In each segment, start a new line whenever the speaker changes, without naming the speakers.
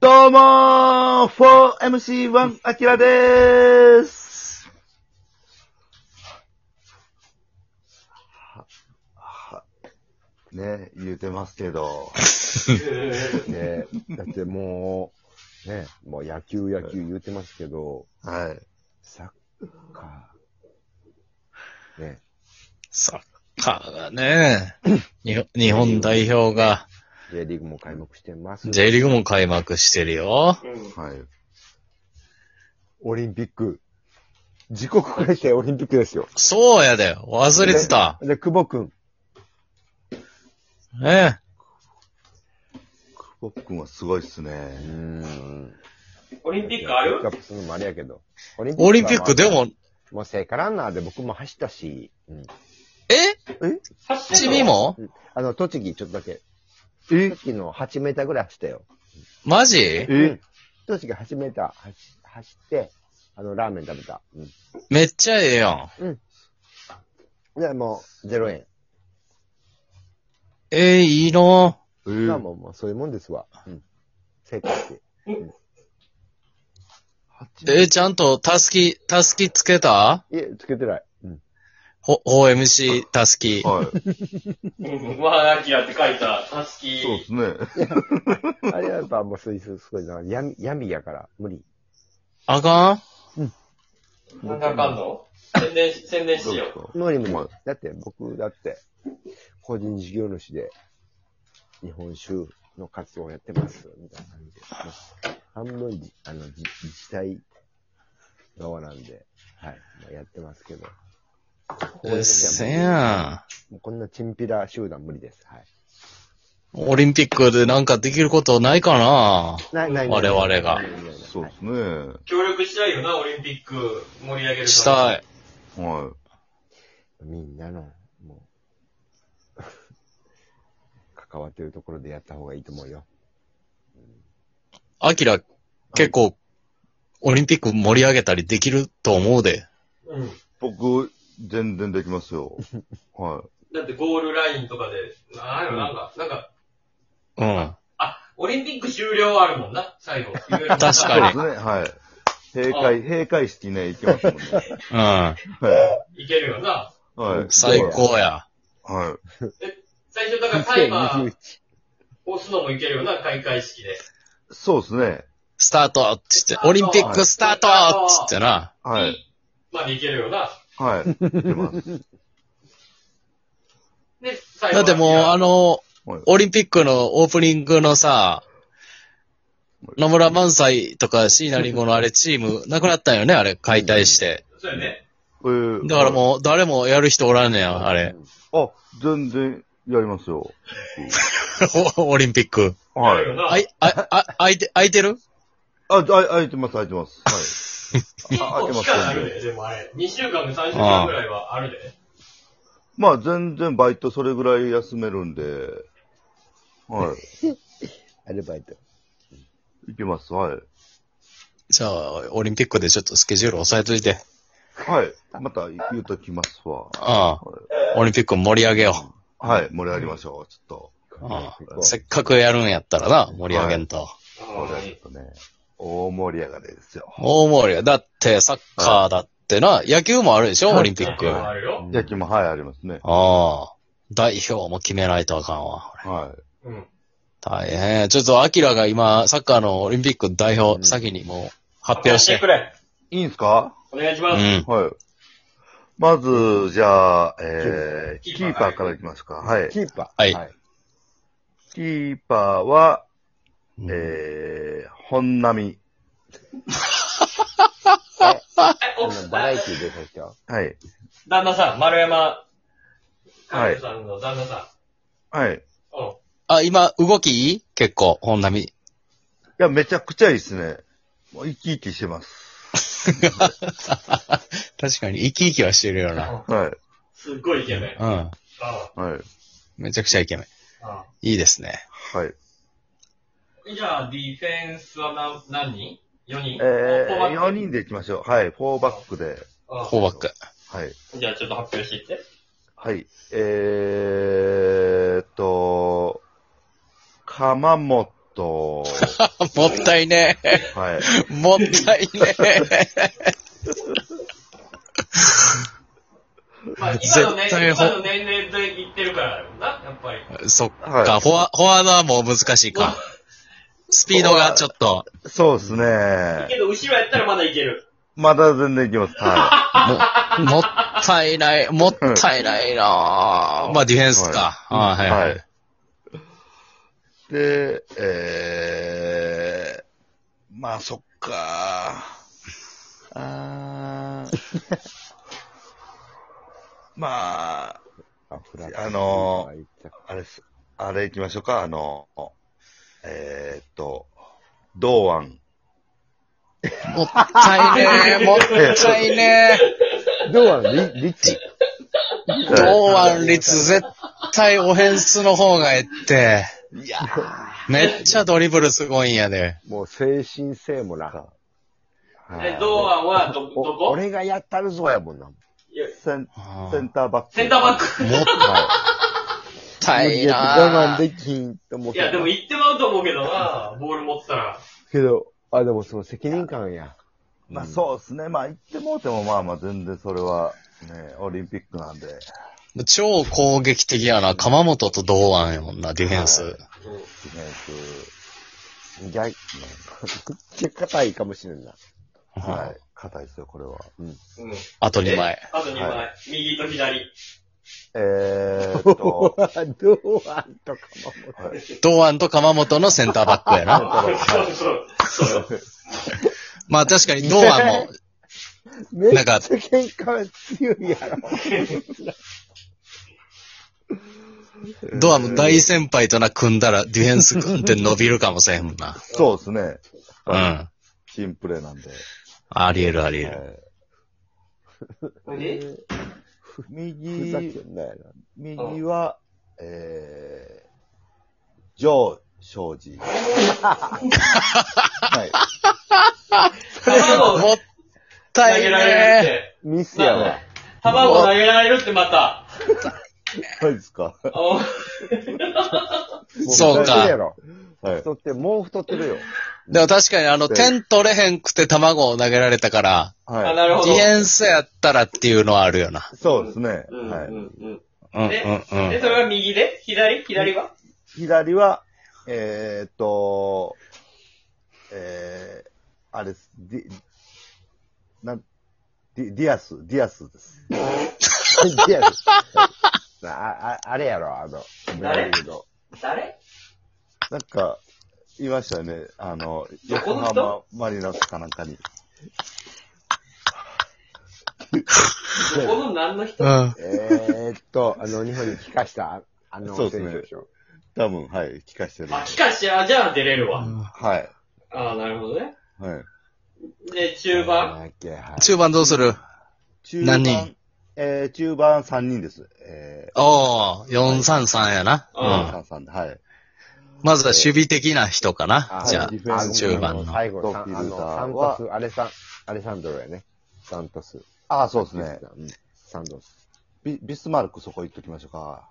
どうもー 4MC1 アキラでーす。ね、言うてますけど。
ね、だってもう、ね、もう野球言うてますけど、
はい。
サッカー、ね。
サッカーがね、日本代表が、
J リーグも開幕してます。
J リーグも開幕してるよ。
はい。
オリンピック。自国開催オリンピックですよ。
そうやで、忘れてた。
で、久保くん。
ね
久保君はすごいっすね。
オリンピックある？
ピックアップするのもあれやけど。
オリンピックでも、
もう聖火ランナーで僕も走ったし、
君も
栃木ちょっとだけ。
え
栃木の8メーターぐらい走ったよ。
マジ
栃木8メーター走って、ラーメン食べた。
めっちゃええやん。
で、もう、0円。
いいの
まあもうそういうもんですわ。聖火って。
ちゃんとたすきつけた
いえ、つけてない。
OMC たすき。
はい。
まあ、アキラって書いた、たすき。
そうですね。
あれはやっぱもうすごいな。闇やから、無理。
あか
なんであかんの宣伝しよう。
無理。だって僕、個人事業主で、日本酒の活動をやってます、みたいな感じで。半分自治体側なんで、はい、まあ、やってますけど。
せや
もうこんなチンピラ集団無理です。はい。
オリンピックでなんかできることないかな
ない
我々が。
そうですね。
協力したいよな、オリンピック盛り上げる
したい。
は
みんなの、もう、関わってるところでやった方がいいと思うよ。
アキラ、結構、オリンピック盛り上げたりできると思うで。
うん。
僕、全然できますよ。は
だってゴールラインとかで、なんか、
うん。
オリンピック終了あるもんな、最後。
確
い。
かに
そうですね。はい。閉会式ね、行けますもんね。
いけるよな。
はい。
最高や。
は
最初だからタイマー押すのもいけるよな、開会式で。
い。そうですね。
スタートっつって、オリンピックスタートっつってな。
はい。
までいけるよな。
はい。行けます。
で、最後
だってもう、
はい
オリンピックのオープニングのさ、野村萬斎とか椎名林檎のあれチームなくなったんよね、あれ解体して。
そうやね。
だからもう誰もやる人おらんねや、あれ。
あ、全然やりますよ。
オリンピック。
はい。
やるよな。
空いてる
空いてます、空いてます。はい。空いてます、
期間ある
全然。
で、でもあれ。2週間か3週間ぐらいはあるで。
まあ、全然バイトそれぐらい休めるんで、はい。
アルバイト。
行けます、はい。
じゃあ、オリンピックでちょっとスケジュール押さえといて。
はい。また言うときますわ。
ああ。オリンピック盛り上げよ
はい。盛り上がりましょう、ちょっ
う。ああ。せっかくやるんやったらな、盛り上げんと。
と。これちょっとね、大盛り上がりですよ。
大盛り上がり。だって、サッカーだってな、野球もあるでしょ、オリンピック。あ
あるよ。
野球も、はい、ありますね。
あ。代表も決めないとあかんわ。
はい。
うん。
大変。ちょっと、アキラが今、サッカーのオリンピック代表、先にもう、発表して。
くれ。
いいんすか？
お願いします。
うん。
はい。まず、じゃあ、キーパーからいきますか。はい。
キーパー。
はい
キーパーは、
うん
本並。
バラエティー出た人。
はい。
旦那さん、丸山、カエさんの旦那さ
はい。い
ん。うん。
あ、今、動きいい結構、本並み。
や、めちゃくちゃいいですね。もう生き生きしてます。
確かに、生き生きはしてるよな。
はい。
すっごいイケメン。
うん。
はい。
めちゃくちゃイケメン。いいですね。
はい。
じゃあ、ディフェンスは何人？ 4 人
4人でいきましょう。はい。4バックで。
フォーバック。
はい。
じゃあ、ちょっと発表していって。
はい。鎌本、 と、
もったいね
はい。
え。もったいね
まあ、
絶対
今の年齢で言ってるからだよな、やっぱり。
え。そっか、
はい
フォワードはもう難しいか。スピードがちょっと、
そうですね。
けど、後ろやったらまだいける。
まだ全然いきます。は
もったいないなぁ。まあディフェンスか。
い。
はいはいはい。
で、まあそっか。まあ、
フラ
あれです。あれ行きましょうか。堂安。
もったいねえ、もったいねえ。
堂安、リッチ。
堂安率絶対オフェンスの方がえって。
いや
めっちゃドリブルすごいんやで。
もう精神性もな。
堂安はどこ
俺がやったるぞやもんな。
いや
センターバック。
センターバック。
もったいなぁ。
我慢できんと思う
いや、でも言ってまうと思うけどな、ボール持ってたら。
けど、でもその責任感や。
まあそうですね。まあ言ってもうてもまあ全然それはね、オリンピックなんで。
超攻撃的やな。鎌本と堂安やもんな、ディフェンス。
ディフェン
逆、めっちゃ硬いかもしれんな。
ス、はい。硬いですよ、これは。
うん。
あと2枚。
あと2枚。
は
右と左。
堂安とかも。
堂安と鎌本のセンターバックやな。
そうそう。
まあ確かに堂安も、
めっちゃ
なんか
喧嘩強いやろ。
堂安も大先輩とな組んだらディフェンス組んで伸びるかもしれんもんな。
そうですね。
うん。
チームプレーなんで。
ありえるありえる。
で、
ふざけ
右
んなやな。
右は、上正治。はい。
卵
もったい
投げられるっ
ね
て。
ミスやわ。
卵投げられるってまた。
そうですか。
お
そうか
も太ってるやろ。
はい。
太って、もう太ってるよ。
でも確かに点取れへんくて卵を投げられたから、
あ、
は
なるほど。
ディフェンスやったらっていうのはあるよな。
い。そうですね。
うん
はい。
うんうん。
うん
で、
うんうん。
それは右で左は
左は、あれです。ディアスです。
いやあれやろ、
誰
ブラジルの
誰
なんか、いましたよね。
どこ
横
の人
浜マリノスかなんかに。
どこの何の人
うん。
日本に帰化した、
そうですね
選手でしょ。
多分、はい、聞かしてるんで。
あ、聞かして、じゃあ出れるわ。
はい。
ああ、なるほどね。
はい。
で、中盤
はい
中盤どうする
中
何人
中盤3人です。
おー、433やな。
うん
うん。
3で、はい。
まずは守備的な人かな。じゃ
ディフェンス
中盤の
最後、
トップフィルター
サン
は
トス、アレサンドロやね。サントス。
あ、そうですね。
うん。サントス。
ビスマルクそこ行っときましょうか。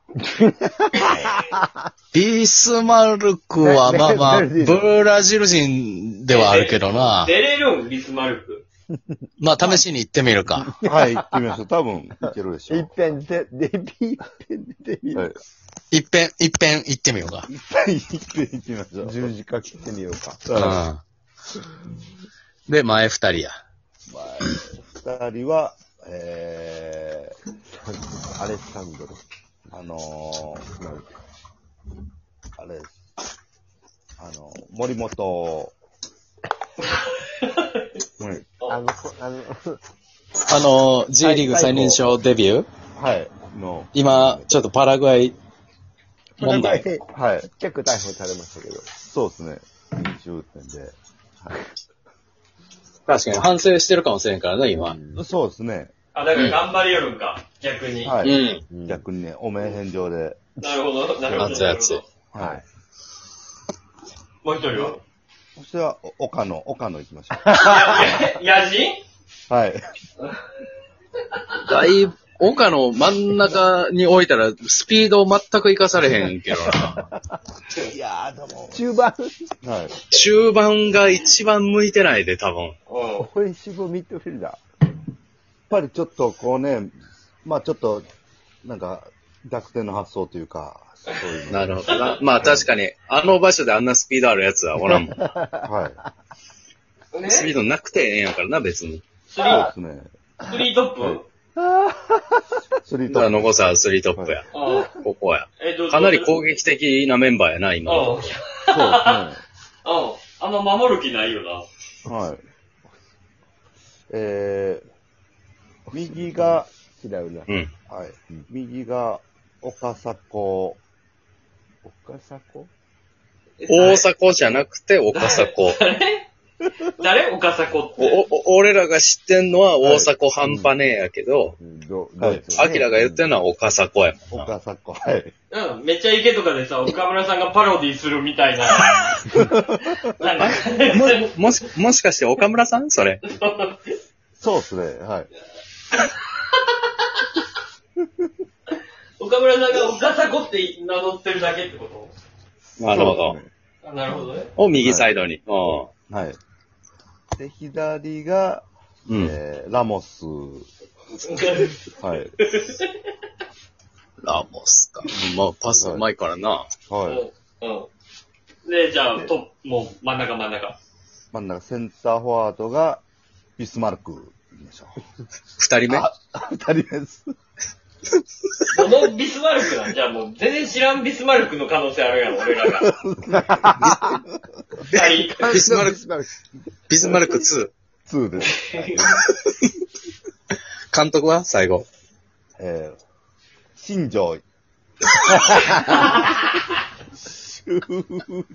ビスマルクはまあまあ、ブラジル人ではあるけどな。
出れるんビスマルク。
まあ試しに行ってみるか。
はい、行ってみましょう。多分、いけるでしょう。
一遍で、一遍で、
はい。
一遍行ってみようか。
行ってみましょう。
十字架切ってみようか。
は
うん。で、前2人や。
二人は、
アレサンドロ。
あれです。森本、
J リーグ最年少デビュー
はい、
今、ちょっとパラグアイ問題。
はい、
結構逮捕されましたけど。
そうですね。20点で。
確かに反省してるかもしれんからね、今。
そうですね。
あ、だから頑張りよるんか。逆に。
は
う
い。
ん。
逆にね、お名返上で。
なるほど、なるほど。
熱い熱い。
はい。
もう一人は
そしては、岡野行きましょう。
野人
はい。
だい岡の真ん中に置いたら、スピードを全く活かされへんけどな。
いやー、でも。
中盤、
はい。
中盤が一番向いてないで、多分。
うん。
オフェンシブミッドフィルダー。
やっぱりちょっとこうね、まあちょっと、なんか、逆転の発想というか、そういうの。
なるほどな。まあ確かに、あの場所であんなスピードあるやつはおらんもん。
は
ね、
スピードなくてええんやからな、別に。
い。そうですね。
スリートップ、
スリート
ただ残さスリートップや。
うん。
ここや。
どう
かなり攻撃的なメンバーやな、今。
うん。うん。
そうですね。
あんま守る気ないよな。
はい。右が、
違うな。
うん。
はい。右が、岡迫。
岡迫
大迫じゃなくて岡迫。
誰岡迫って。
俺らが知ってんのは大迫半端ねえやけど、
はい
アキラが言ってんのは岡迫やもんな。
岡迫。はい。
うん。めっちゃイケとかでさ、岡村さんがパロディするみたいな。なんか
もしかして岡村さんそれ。
そうですね。はい。
岡村さんが岡迫って名乗ってるだけってこ
なるほど。
そうですね
とあ、なるほどね。
を右サイドに。
はい。で、左が、
うん。
ラモス。はい。
ラモスか。まあ、パスうまいからな。
はい。
うん。で、じゃあ、もう真ん中。
真ん中、センターフォワードが、ビスマルクでしょ。
二人目
二人目です。
このビスマルクなんじゃあもう全然知らんビスマルクの可能性あるやろ、俺らが。二人。
ビスマルク、ビスマルク2。
2です。
監督は最後。
新庄。